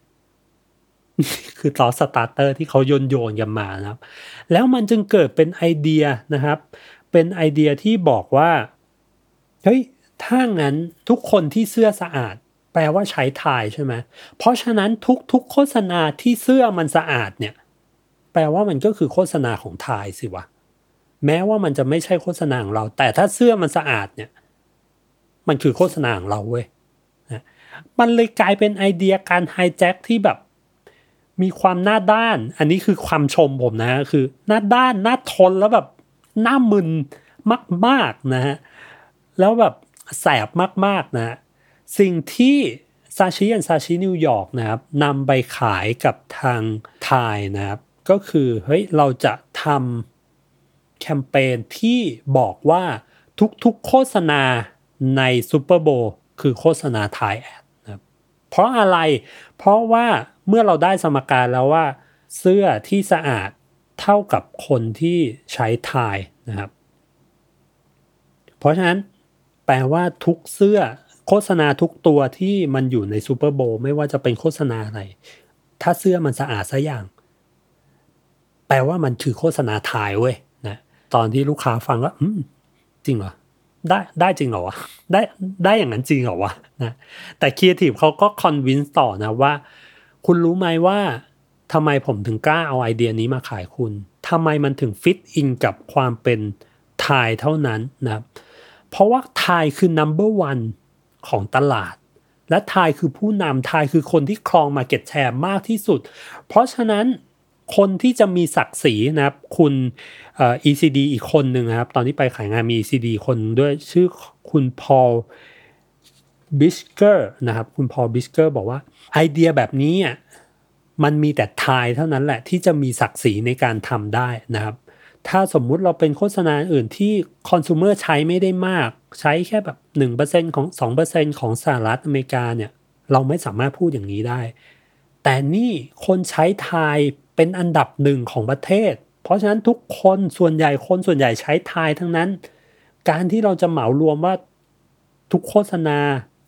Speaker 2: คือตอสตาร์เตอร์ที่เขาโยนโยนกันมานะครับแล้วมันจึงเกิดเป็นไอเดียนะครับเป็นไอเดียที่บอกว่าเฮ้ยถ้างั้นทุกคนที่เสื้อสะอาดแปลว่าใช้ไทยใช่ไหมเพราะฉะนั้นทุกๆโฆษณาที่เสื้อมันสะอาดเนี่ยแปลว่ามันก็คือโฆษณาของไทยสิวะแม้ว่ามันจะไม่ใช่โฆษณาของเราแต่ถ้าเสื้อมันสะอาดเนี่ยมันคือโฆษณาของเราเว้ยนะมันเลยกลายเป็นไอเดียการไฮแจ็คที่แบบมีความหน้าด้านอันนี้คือความชมผมนะคือหน้าด้านหน้าทนแล้วแบบหน้ามึนมากๆนะฮะแล้วแบบแสบมากๆนะสิ่งที่ Saatchi and Saatchi New York นะครับนำไปขายกับทางไทยนะครับก็คือเฮ้ยเราจะทำแคมเปญที่บอกว่าทุกๆโฆษณาในซูเปอร์โบว์คือโฆษณาไทยแอดนะครับเพราะอะไรเพราะว่าเมื่อเราได้สมการแล้วว่าเสื้อที่สะอาดเท่ากับคนที่ใช้ไทยนะครับเพราะฉะนั้นแปลว่าทุกเสื้อโฆษณาทุกตัวที่มันอยู่ในซูเปอร์โบว์ไม่ว่าจะเป็นโฆษณาอะไรถ้าเสื้อมันสะอาดซะอย่างแปลว่ามันคือโฆษณาไทยเว้ยนะตอนที่ลูกค้าฟังว่าอืมจริงเหรอได้ได้จริงเหรอวะได้ได้อย่างนั้นจริงเหรอวะนะแต่ครีเอทีฟเขาก็คอนวินส์ต่อนะว่าคุณรู้ไหมว่าทำไมผมถึงกล้าเอาไอเดียนี้มาขายคุณทำไมมันถึงฟิตอินกับความเป็นไทยเท่านั้นนะเพราะว่าไทยคือ number one ของตลาดและไทยคือผู้นำไทยคือคนที่ครอง market share มากที่สุดเพราะฉะนั้นคนที่จะมีศักดิ์ศรีนะครับคุณเอ่อ อี ซี ดี อีกคนหนึ่งนะครับตอนที่ไปขายงานมี อี ซี ดี คนด้วยชื่อคุณพอลบิชเกอร์นะครับคุณพอลบิชเกอร์บอกว่าไอเดียแบบนี้อ่ะมันมีแต่ไทยเท่านั้นแหละที่จะมีศักดิ์ศรีในการทำได้นะครับถ้าสมมุติเราเป็นโฆษณาอื่นที่คอน sumer ใช้ไม่ได้มากใช้แค่แบบ หนึ่งเปอร์เซ็นต์ ของ สองเปอร์เซ็นต์ ของสหรัฐอเมริกาเนี่ยเราไม่สามารถพูดอย่างนี้ได้แต่นี่คนใช้ไทยเป็นอันดับหนึ่งของประเทศเพราะฉะนั้นทุกคนส่วนใหญ่คนส่วนใหญ่ใช้ไทยทั้งนั้นการที่เราจะเหมารวมว่าทุกโฆษณา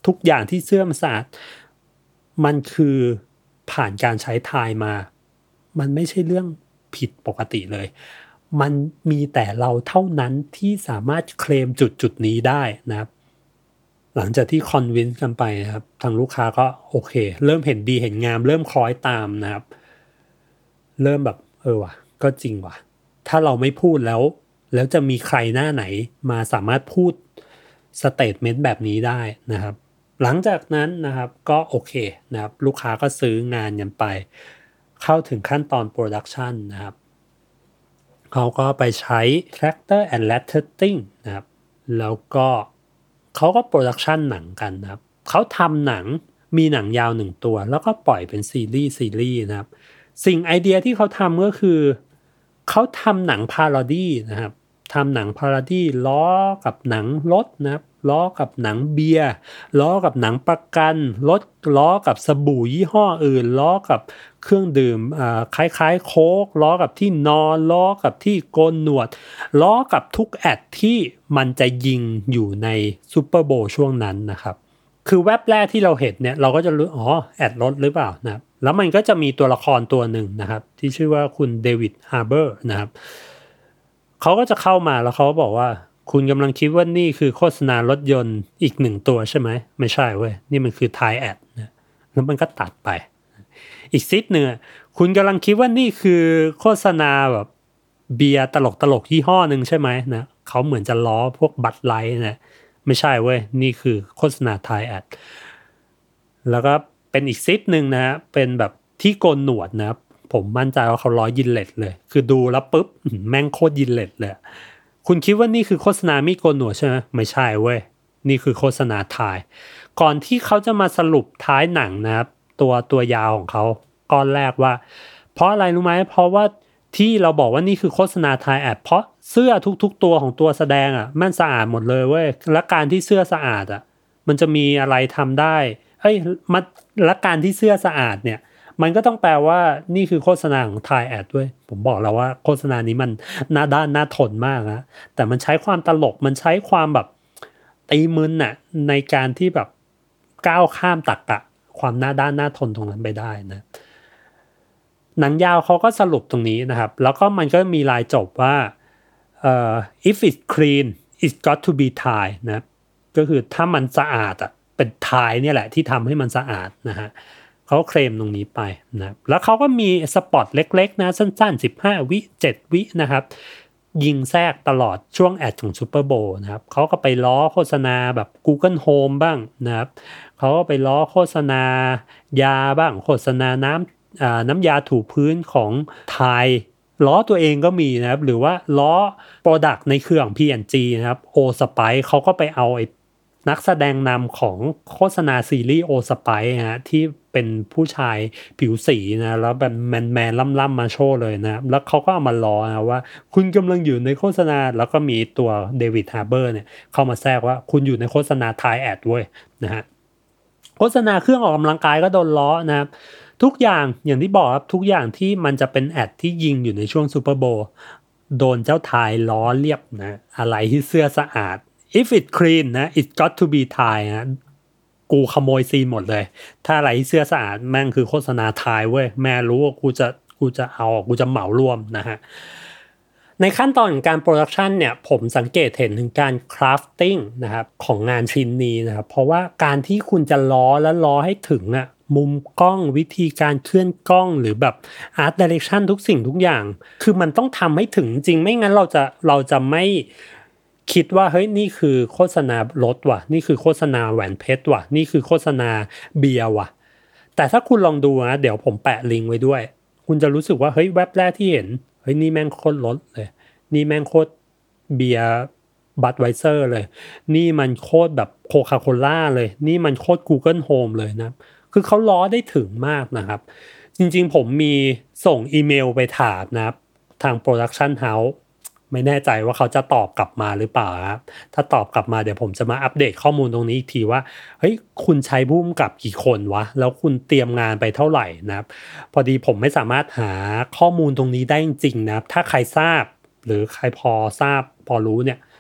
Speaker 2: ทุกอย่างที่เสื้อมันสะอาดมันคือผ่านการใช้ทายมามันไม่ใช่เรื่องผิดปกติเลยมันมีแต่เราเท่านั้นที่สามารถเคลมจุดจุดนี้ได้นะครับหลังจากที่คอนวินส์กันไปนะครับทางลูกค้าก็โอเคเริ่มเห็นดีเห็นงามเริ่มคล้อยตามนะครับเริ่มแบบเออว่ะก็จริงว่ะถ้าเราไม่พูดแล้วแล้วจะมีใครหน้าไหนมาสามารถพูดสเตทเมนต์แบบนี้ได้นะครับหลังจากนั้นนะครับก็โอเคนะครับลูกค้าก็ซื้องานกันไปเข้าถึงขั้นตอนโปรดักชันนะครับเขาก็ไปใช้ Tractor and Letterting นะครับแล้วก็เขาก็โปรดักชันหนังกันนะครับเขาทำหนังมีหนังยาวหนึ่งตัวแล้วก็ปล่อยเป็นซีรีส์ซีรีส์นะครับสิ่งไอเดียที่เขาทำก็คือเขาทำหนังพาโรดี้นะครับทำหนังพาโรดี้ล้อกับหนังรถนะครับล้อกับหนังเบียร์ล้อกับหนังประกันรถล้อกับสบู่ยี่ห้ออื่นล้อกับเครื่องดื่มอ่าคล้ายๆโค้กล้อกับที่นอนล้อกับที่โกนหนวดล้อกับทุกแอดที่มันจะยิงอยู่ในซูเปอร์โบว์ช่วงนั้นนะครับคือแว็บแรกที่เราเห็นเนี่ยเราก็จะรู้อ๋อแอดรถหรือเปล่านะครับแล้วมันก็จะมีตัวละครตัวหนึ่งนะครับที่ชื่อว่าคุณเดวิดฮาร์เบอร์นะครับเขาก็จะเข้ามาแล้วเขาบอกว่าคุณกำลังคิดว่านี่คือโฆษณารถยนต์อีกหนึ่งตัวใช่ไหมไม่ใช่เว้ยนี่มันคือไทยแอดนะแล้วมันก็ตัดไปอีกซิดหนึ่งคุณกำลังคิดว่านี่คือโฆษณาแบบเบียร์ตลกตลกยี่ห้อหนึ่งใช่ไหมนะเขาเหมือนจะล้อพวกบัตไลท์นะไม่ใช่เว้ยนี่คือโฆษณาไทยแอดแล้วก็เป็นอีกซิดหนึ่งนะฮะเป็นแบบที่โกนหนวดนะครับผมมั่นใจว่าเขาล้อยินเล็ตเลยคือดูแล้วปุ๊บแม่งโคตรยินเล็ตเลยคุณคิดว่านี่คือโฆษณามีโกนหนวดใช่ไหมไม่ใช่เว้ยนี่คือโฆษณาไทยก่อนที่เขาจะมาสรุปท้ายหนังนะครับตัวตัวยาวของเขาก้อนแรกว่าเพราะอะไรรู้ไหมเพราะว่าที่เราบอกว่านี่คือโฆษณาไทยแอดเพราะเสื้อทุกๆตัวของตัวแสดงอ่ะมันสะอาดหมดเลยเว้ยและการที่เสื้อสะอาดอ่ะมันจะมีอะไรทำได้เอ้ยมันและการที่เสื้อสะอาดเนี่ยมันก็ต้องแปลว่านี่คือโฆษณาของไทยแอดด้วยผมบอกแล้วว่าโฆษณานี้มันน่าด้านน่าทนมากนะแต่มันใช้ความตลกมันใช้ความแบบตีมึนน่ะในการที่แบบก้าวข้ามตรรกะความน่าด้านน่าทนตรงนั้นไปได้นะหนังยาวเขาก็สรุปตรงนี้นะครับแล้วก็มันก็มีลายจบว่าเอ่อ if it's clean it's got to be Thai นะก็คือถ้ามันสะอาดอ่ะเป็นไทยเนี่ยแหละที่ทำให้มันสะอาดนะฮะเขาเคลมตรงนี้ไปนะแล้วเขาก็มีสปอตเล็กๆนะสั้นๆสิบห้าวิเจ็ดวินะครับยิงแทรกตลอดช่วงแอดของซูเปอร์โบว์นะครับเขาก็ไปล้อโฆษณาแบบ Google Home บ้างนะครับเขาก็ไปล้อโฆษณายาบ้างโฆษณาน้ำอ่าน้ำยาถูพื้นของไทยล้อตัวเองก็มีนะครับหรือว่าล้อโปรดักต์ในเครือของ พี แอนด์ จี นะครับ O Spice เขาก็ไปเอาไอ้นักแสดงนำของโฆษณาซีรีส์ O Spice ฮะที่เป็นผู้ชายผิวสีนะแล้วแบบแมนๆล่ำๆมาโชว์เลยนะแล้วเขาก็เอามาล้อนะว่าคุณกำลังอยู่ในโฆษณาแล้วก็มีตัวเดวิดฮาร์เบอร์เนี่ยเข้ามาแทรกว่าคุณอยู่ในโฆษณาไทยแอดเว้ยนะฮะโฆษณาเครื่องออกกำลังกายก็โดนล้อนะครับทุกอย่างอย่างที่บอกครับทุกอย่างที่มันจะเป็นแอดที่ยิงอยู่ในช่วงซูเปอร์โบว์โดนเจ้าทายล้อเลียบนะอะไรที่เสื้อสะอาด if it clean นะ it got to be Thai นะกูขโมยซีนหมดเลยถ้าอะไรที่เสื้อสะอาดแม่งคือโฆษณาไทยเว้ยแม่รู้ว่ากูจะกูจะเอากูจะเหมารวมนะฮะในขั้นตอนของการโปรดักชันเนี่ยผมสังเกตเห็นถึงการคราฟติ้งนะครับของงานชิ้นนี้นะครับเพราะว่าการที่คุณจะล้อและล้อให้ถึงอ่ะมุมกล้องวิธีการเคลื่อนกล้องหรือแบบ Art Direction ทุกสิ่งทุกอย่างคือมันต้องทำให้ถึงจริงไม่งั้นเราจะเราจะไม่คิดว่าเฮ้ยนี่คือโฆษณารถว่ะนี่คือโฆษณาแหวนเพชรว่ะนี่คือโฆษณาเบียร์ว่ะแต่ถ้าคุณลองดูนะเดี๋ยวผมแปะลิงก์ไว้ด้วยคุณจะรู้สึกว่าเฮ้ยแว็บแรกที่เห็นเฮ้ยนี่แม่งโคตรรถเลยนี่แม่งโคตรเบียร์บัดไวเซอร์เลยนี่มันโคตรแบบโคคาโคล่าเลยนี่มันโคตร Google Home เลยนะคือเขาล้อได้ถึงมากนะครับจริงๆผมมีส่งอีเมลไปถามนะครับทางโปรดักชันเฮาส์ไม่แน่ใจว่าเขาจะตอบกลับมาหรือเปล่าครับถ้าตอบกลับมาเดี๋ยวผมจะมาอัปเดตข้อมูลตรงนี้อีกทีว่าเฮ้ยคุณใช้ผู้กำกับกี่คนวะแล้วคุณเตรียมงานไปเท่าไหร่นะครับพอดีผมไม่สามารถหาข้อมูลตรงนี้ได้จริงๆนะครับถ้าใครทราบหรือใครพอทราบพอรู้เนี่ย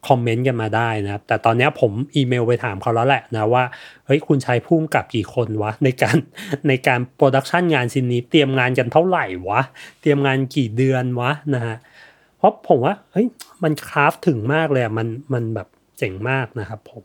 Speaker 2: คอมเมนต์กันมาได้นะครับแต่ตอนนี้ผมอีเมลไปถามเขาแล้วแหละนะว่าเฮ้ยคุณใช้ผู้กำกับกี่คนวะในการในการโปรดักชันงานชิ้นนี้เตรียมงานกันเท่าไหร่วะเตรียมงานกี่เดือนวะนะฮะเพราะผมว่าเฮ้ยมันคราฟถึงมากเลยมันมันแบบเจ๋งมากนะครับผม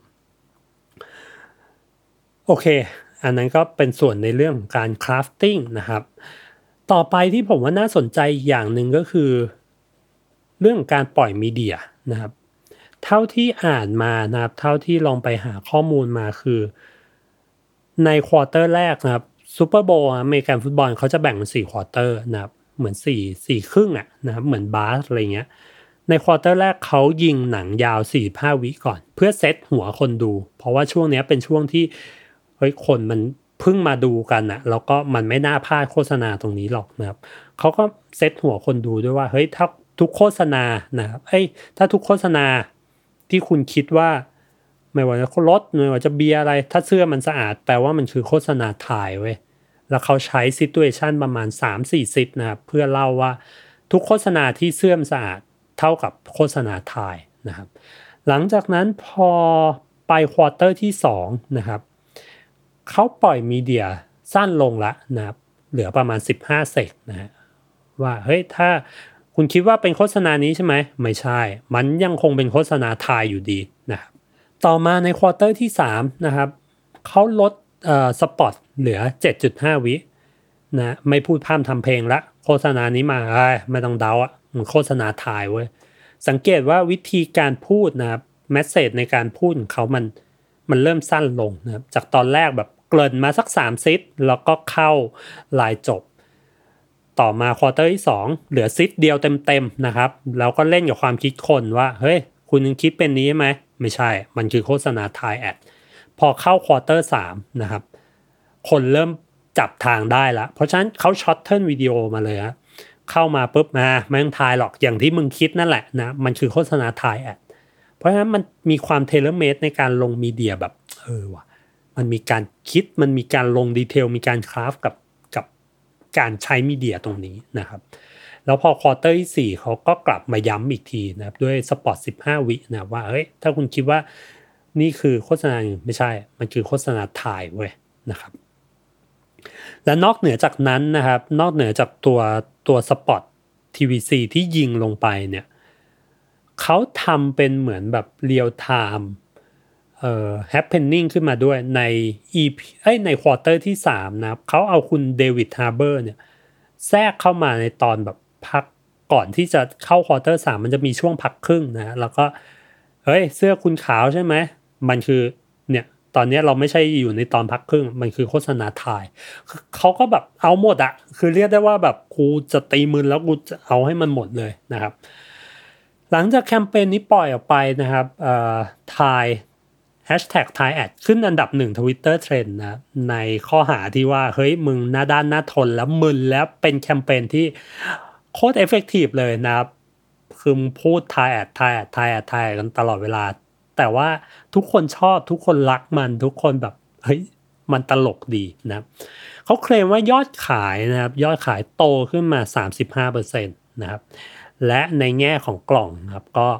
Speaker 2: โอเคอันนั้นก็เป็นส่วนในเรื่องของการคราฟติ้งนะครับต่อไปที่ผมว่าน่าสนใจอย่างหนึ่งก็คือเรื่องการปล่อยมีเดียนะครับเท่าที่อ่านมานะครับเท่าที่ลองไปหาข้อมูลมาคือในควอเตอร์แรกนะครับซูเปอร์โบว์อเมริกันฟุตบอลเขาจะแบ่งเป็นสี่ควอเตอร์นะครับเหมือนสี่ สี่ครึ่งอ่ะนะครับเหมือนบาสอะไรเงี้ยในควอเตอร์แรกเขายิงหนังยาวสี่สิบห้าวิก่อนเพื่อเซตหัวคนดูเพราะว่าช่วงนี้เป็นช่วงที่เฮ้ยคนมันเพิ่งมาดูกันนะแล้วก็มันไม่น่าพลาดโฆษณาตรงนี้หรอกนะครับเขาก็เซตหัวคนดูด้วยว่าเฮ้ยถ้าทุกโฆษณานะครับเอ้ยถ้าทุกโฆษณาที่คุณคิดว่าไม่ว่าจะรถไม่ว่าจะเบียร์อะไรถ้าเสื้อมันสะอาดแปลว่ามันคือโฆษณาถ่ายเว้ยแล้วเขาใช้ซิทูเอชั่นประมาณ สามถึงสี่ ซิทนะครับเพื่อเล่าว่าทุกโฆษณาที่เสื้อมสะอาดเท่ากับโฆษณาถ่ายนะครับหลังจากนั้นพอไปควอเตอร์ที่สองนะครับเขาปล่อยมีเดียสั้นลงละนะครับเหลือประมาณสิบห้าเซกนะฮะว่าเฮ้ยถ้าคุณคิดว่าเป็นโฆษณานี้ใช่ไหมไม่ใช่มันยังคงเป็นโฆษณาถ่ายอยู่ดีนะครับต่อมาในควอเตอร์ที่สามนะครับเขาลดเอ่อสปอตเหลือ เจ็ดจุดห้า วินะไม่พูดพร่ำทำเพลงละโฆษณานี้มาไม่ต้องเดาอ่ะมันโฆษณาถ่ายเว้ยสังเกตว่าวิธีการพูดนะครับเมสเสจในการพูดของเขามันมันเริ่มสั้นลงนะครับจากตอนแรกแบบเกริ่นมาสักสามซิทแล้วก็เข้าลายจบต่อมาควอเตอร์ที่สองเหลือซิทเดียวเต็มๆนะครับแล้วก็เล่นกับความคิดคนว่าเฮ้ยคุณยังคิดเป็นนี้ไหมไม่ใช่มันคือโฆษณาถ่ายแอดพอเข้าควอเตอร์สามนะครับคนเริ่มจับทางได้ละเพราะฉะนั้นเขาช็อตเทิร์นวิดีโอมาเลยฮะเข้ามาปุ๊บมาไม่ต้องถ่ายหรอกอย่างที่มึงคิดนั่นแหละนะมันคือโฆษณาถ่ายแอดเพราะฉะนั้นมันมีความเทเลเมดในการลงมีเดียแบบเออว่ะมันมีการคิดมันมีการลงดีเทลมีการคราฟกับกับการใช้มีเดียตรงนี้นะครับแล้วพอควอเตอร์ที่สี่เขาก็กลับมาย้ำอีกทีนะครับด้วยสปอตสิบห้าวินะว่าเฮ้ยถ้าคุณคิดว่านี่คือโฆษณาไม่ใช่มันคือโฆษณาถ่ายเว้ยนะครับและนอกเหนือจากนั้นนะครับนอกเหนือจากตัวตัวสปอต ที วี ซี ที่ยิงลงไปเนี่ยเขาทำเป็นเหมือนแบบเรียลไทม์เอ่อ happening ขึ้นมาด้วยใน อี พี เอ้ยในควอเตอร์ที่สามนะครับเขาเอาคุณเดวิดฮาร์เบอร์เนี่ยแทรกเข้ามาในตอนแบบพักก่อนที่จะเข้าควอเตอร์สามมันจะมีช่วงพักครึ่งนะแล้วก็เฮ้ยเสื้อคุณขาวใช่ไหมมันคือเนี่ยตอนนี้เราไม่ใช่อยู่ในตอนพักครึ่งมันคือโฆษณาถ่ายเขาก็แบบเอาหมดอะคือเรียกได้ว่าแบบกูจะตีมือแล้วกูจะเอาให้มันหมดเลยนะครับหลังจากแคมเปญนี้ปล่อยออกไปนะครับเอ่อถ่ายแฮชแท็ก Thai Ad ขึ้นอันดับหนึ่ง Twitter Trend นะในข้อหาที่ว่าเฮ้ยมึงหน้าด้านหน้าทนแล้วมึนแล้วเป็นแคมเปญที่โคตรเอฟเฟกตีฟเลยนะครับคือมึงพูด Thai Ad Thai Ad Thai Ad Thai Ad กันตลอดเวลาแต่ว่าทุกคนชอบทุกคนรักมันทุกคนแบบเฮ้ยมันตลกดีนะเขาเคลมว่ายอดขายนะครับยอดขายโตขึ้นมา สามสิบห้าเปอร์เซ็นต์ นะครับและในแง่ของกล่องนะครับก็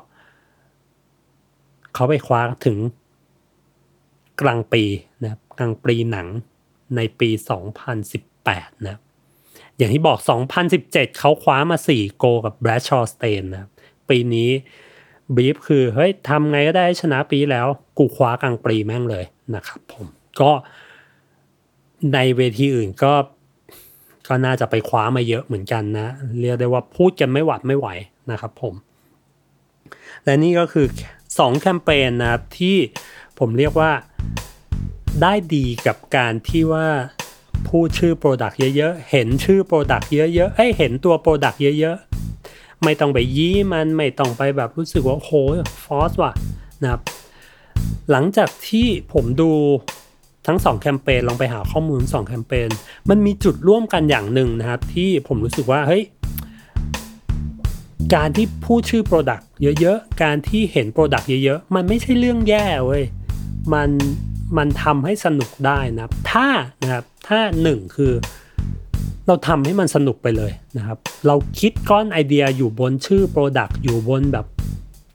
Speaker 2: เขาไปคว้าถึงกลางปีนะครับกลางปีหนังในปีสองพันสิบแปดนะครับอย่างที่บอกสองพันสิบเจ็ดเขาคว้ามาสี่โกกับ Bradshaw Stain นะครับปีนี้บีฟคือเฮ้ยทำไงก็ได้ชนะปีแล้วกูคว้ากลางปีแม่งเลยนะครับผมก็ในเวทีอื่นก็ก็น่าจะไปคว้ามาเยอะเหมือนกันนะเรียกได้ว่าพูดกันไม่หวัดไม่ไหวนะครับผมและนี่ก็คือสองแคมเปญนะครับที่ผมเรียกว่าได้ดีกับการที่ว่าพูดชื่อ Product เยอะๆเห็นชื่อ Product เยอะๆเอ้ยเห็นตัว Product เยอะๆไม่ต้องไปยี้มันไม่ต้องไปแบบรู้สึกว่าโหฟอสว่ะนะครับหลังจากที่ผมดูทั้งสองแคมเปญลองไปหาข้อมูลสองแคมเปญมันมีจุดร่วมกันอย่างหนึ่งนะครับที่ผมรู้สึกว่าเฮ้ยการที่พูดชื่อ Product เยอะๆการที่เห็น Product เยอะๆมันไม่ใช่เรื่องแย่เว้ยมันมันทำให้สนุกได้นะครับถ้านะครับถ้าหนึ่งคือเราทำให้มันสนุกไปเลยนะครับเราคิดก้อนไอเดียอยู่บนชื่อ Product อยู่บนแบบ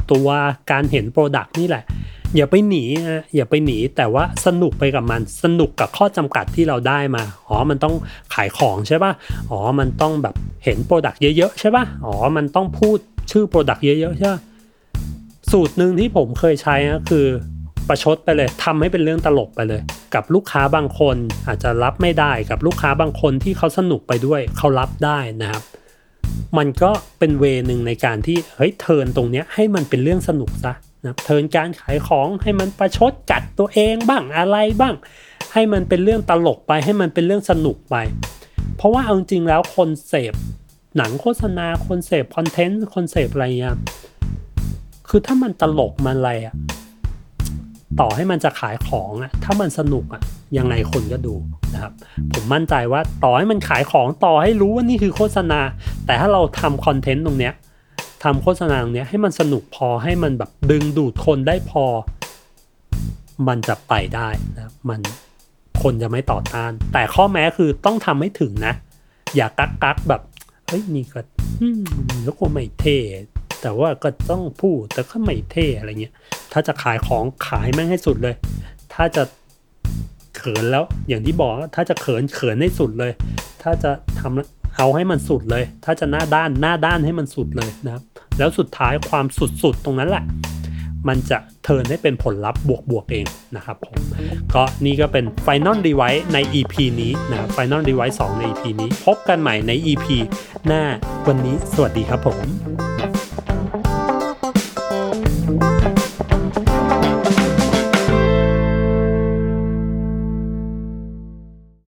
Speaker 2: ตัวการเห็นโปรดักต์นี่แหละอย่าไปหนีนะอย่าไปหนีแต่ว่าสนุกไปกับมันสนุกกับข้อจำกัดที่เราได้มาอ๋อมันต้องขายของใช่ป่ะอ๋อมันต้องแบบเห็นโปรดักต์เยอะๆใช่ป่ะอ๋อมันต้องพูดชื่อโปรดักต์เยอะๆใช่ป่ะสูตรหนึ่งที่ผมเคยใช้ก็คือประชดไปเลยทำให้เป็นเรื่องตลกไปเลยกับลูกค้าบางคนอาจจะรับไม่ได้กับลูกค้าบางคนที่เขาสนุกไปด้วยเขารับได้นะครับมันก็เป็นเวนึงในการที่เฮ้ยเทิร์นตรงเนี้ยให้มันเป็นเรื่องสนุกซะนะเทิร์นการขายของให้มันประชดจัดตัวเองบ้างอะไรบ้างให้มันเป็นเรื่องตลกไปให้มันเป็นเรื่องสนุกไปเพราะว่าเอาจริงแล้วคนเสพหนังโฆษณาคนเสพคอนเทนต์คนเสพอะไรเงี้ยคือถ้ามันตลกมันอะไรอะต่อให้มันจะขายของอะถ้ามันสนุกอะยังไงคนก็ดูนะครับผมมั่นใจว่าต่อให้มันขายของต่อให้รู้ว่านี่คือโฆษณาแต่ถ้าเราทำคอนเทนต์ตรงเนี้ยทำโฆษณาตรงเนี้ยให้มันสนุกพอให้มันแบบดึงดูดคนได้พอมันจะไปได้นะมันคนจะไม่ต่อต้านแต่ข้อแม้คือต้องทำให้ถึงนะอย่ากักกักแบบเฮ้ยนี่ก็แล้วก็ไม่เท่แต่ว่าก็ต้องพูดแต่ก็ไม่เท่อะไรเงี้ยถ้าจะขายของขายแม่งให้สุดเลยถ้าจะเขินแล้วอย่างที่บอกถ้าจะเขินเขินให้สุดเลยถ้าจะทำเอาให้มันสุดเลยถ้าจะหน้าด้านหน้าด้านให้มันสุดเลยนะครับแล้วสุดท้ายความสุดๆตรงนั้นแหละมันจะเทิร์นให้เป็นผลลัพธ์บวกๆเองนะครับผมก็นี่ก็เป็น Final Device ใน อี พี นี้นะครับ Final Device สองใน อี พี นี้พบกันใหม่ใน อี พี หน้าวันนี้สวัสดีครับผม